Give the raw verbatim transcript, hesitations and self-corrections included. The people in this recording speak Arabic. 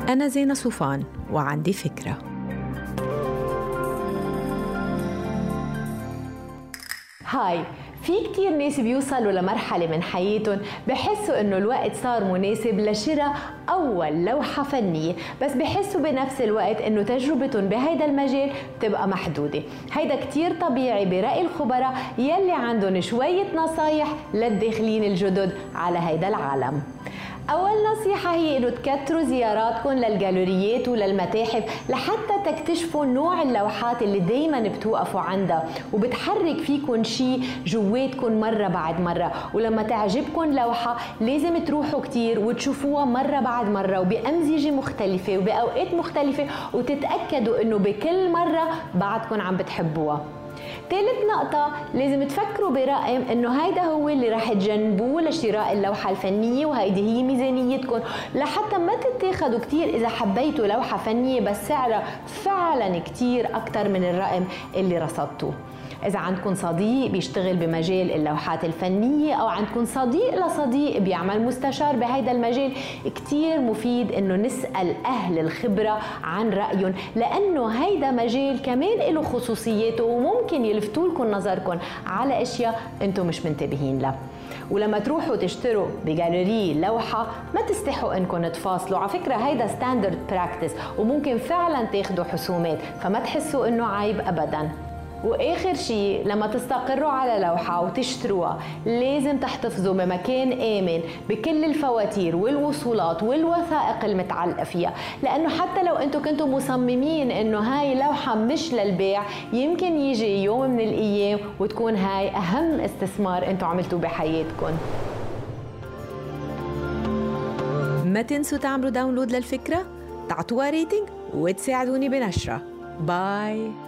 أنا زينة صوفان وعندي فكرة. هاي، في كتير ناس بيوصلوا لمرحلة من حياتهم بحسوا انه الوقت صار مناسب لشراء اول لوحة فنية، بس بحسوا بنفس الوقت انه تجربتهم بهيدا المجال بتبقى محدودة. هيدا كتير طبيعي برأي الخبراء يلي عندهم شوية نصايح للداخلين الجدد على هيدا العالم. أول نصيحة هي إنه تكتروا زياراتكم للجاليريات وللمتاحف لحتى تكتشفوا نوع اللوحات اللي دايما بتوقفوا عندها وبتحرك فيكم شيء جواتكم مرة بعد مرة. ولما تعجبكم لوحة لازم تروحوا كتير وتشوفوها مرة بعد مرة وبأمزجة مختلفة وبأوقات مختلفة، وتتأكدوا إنه بكل مرة بعدكم عم بتحبوها. ثالث نقطة، لازم تفكروا برقم انه هيدا هو اللي رح تجنبوه لشراء اللوحة الفنية، وهيدي هي ميزانيتكم لحتى ما تتاخدوا كتير اذا حبيتوا لوحة فنية بس سعرها فعلا كتير اكتر من الرقم اللي رصدتوه. إذا عندكم صديق بيشتغل بمجال اللوحات الفنية أو عندكم صديق لصديق بيعمل مستشار بهيدا المجال، كتير مفيد إنه نسأل أهل الخبرة عن رأيهم، لأنه هيدا مجال كمان له خصوصياته وممكن يلفتوا لكم نظركم على أشياء أنتم مش منتبهين لها. ولما تروحوا تشتروا بجاليري لوحة ما تستحوا انكم تفاصلوا، على فكرة هيدا ستاندرد براكتس وممكن فعلا تاخدوا حسومات، فما تحسوا انه عيب ابدا. واخر شيء، لما تستقروا على لوحة وتشتروها لازم تحتفظوا بمكان آمن بكل الفواتير والوصولات والوثائق المتعلقة فيها، لأنه حتى لو أنتم كنتوا مصممين إنه هاي لوحة مش للبيع، يمكن يجي يوم من الأيام وتكون هاي أهم استثمار أنتم عملتوه بحياتكم. ما تنسوا تعملوا داونلود للفكرة، تعطوها ريتنج وتساعدوني بنشرة. باي.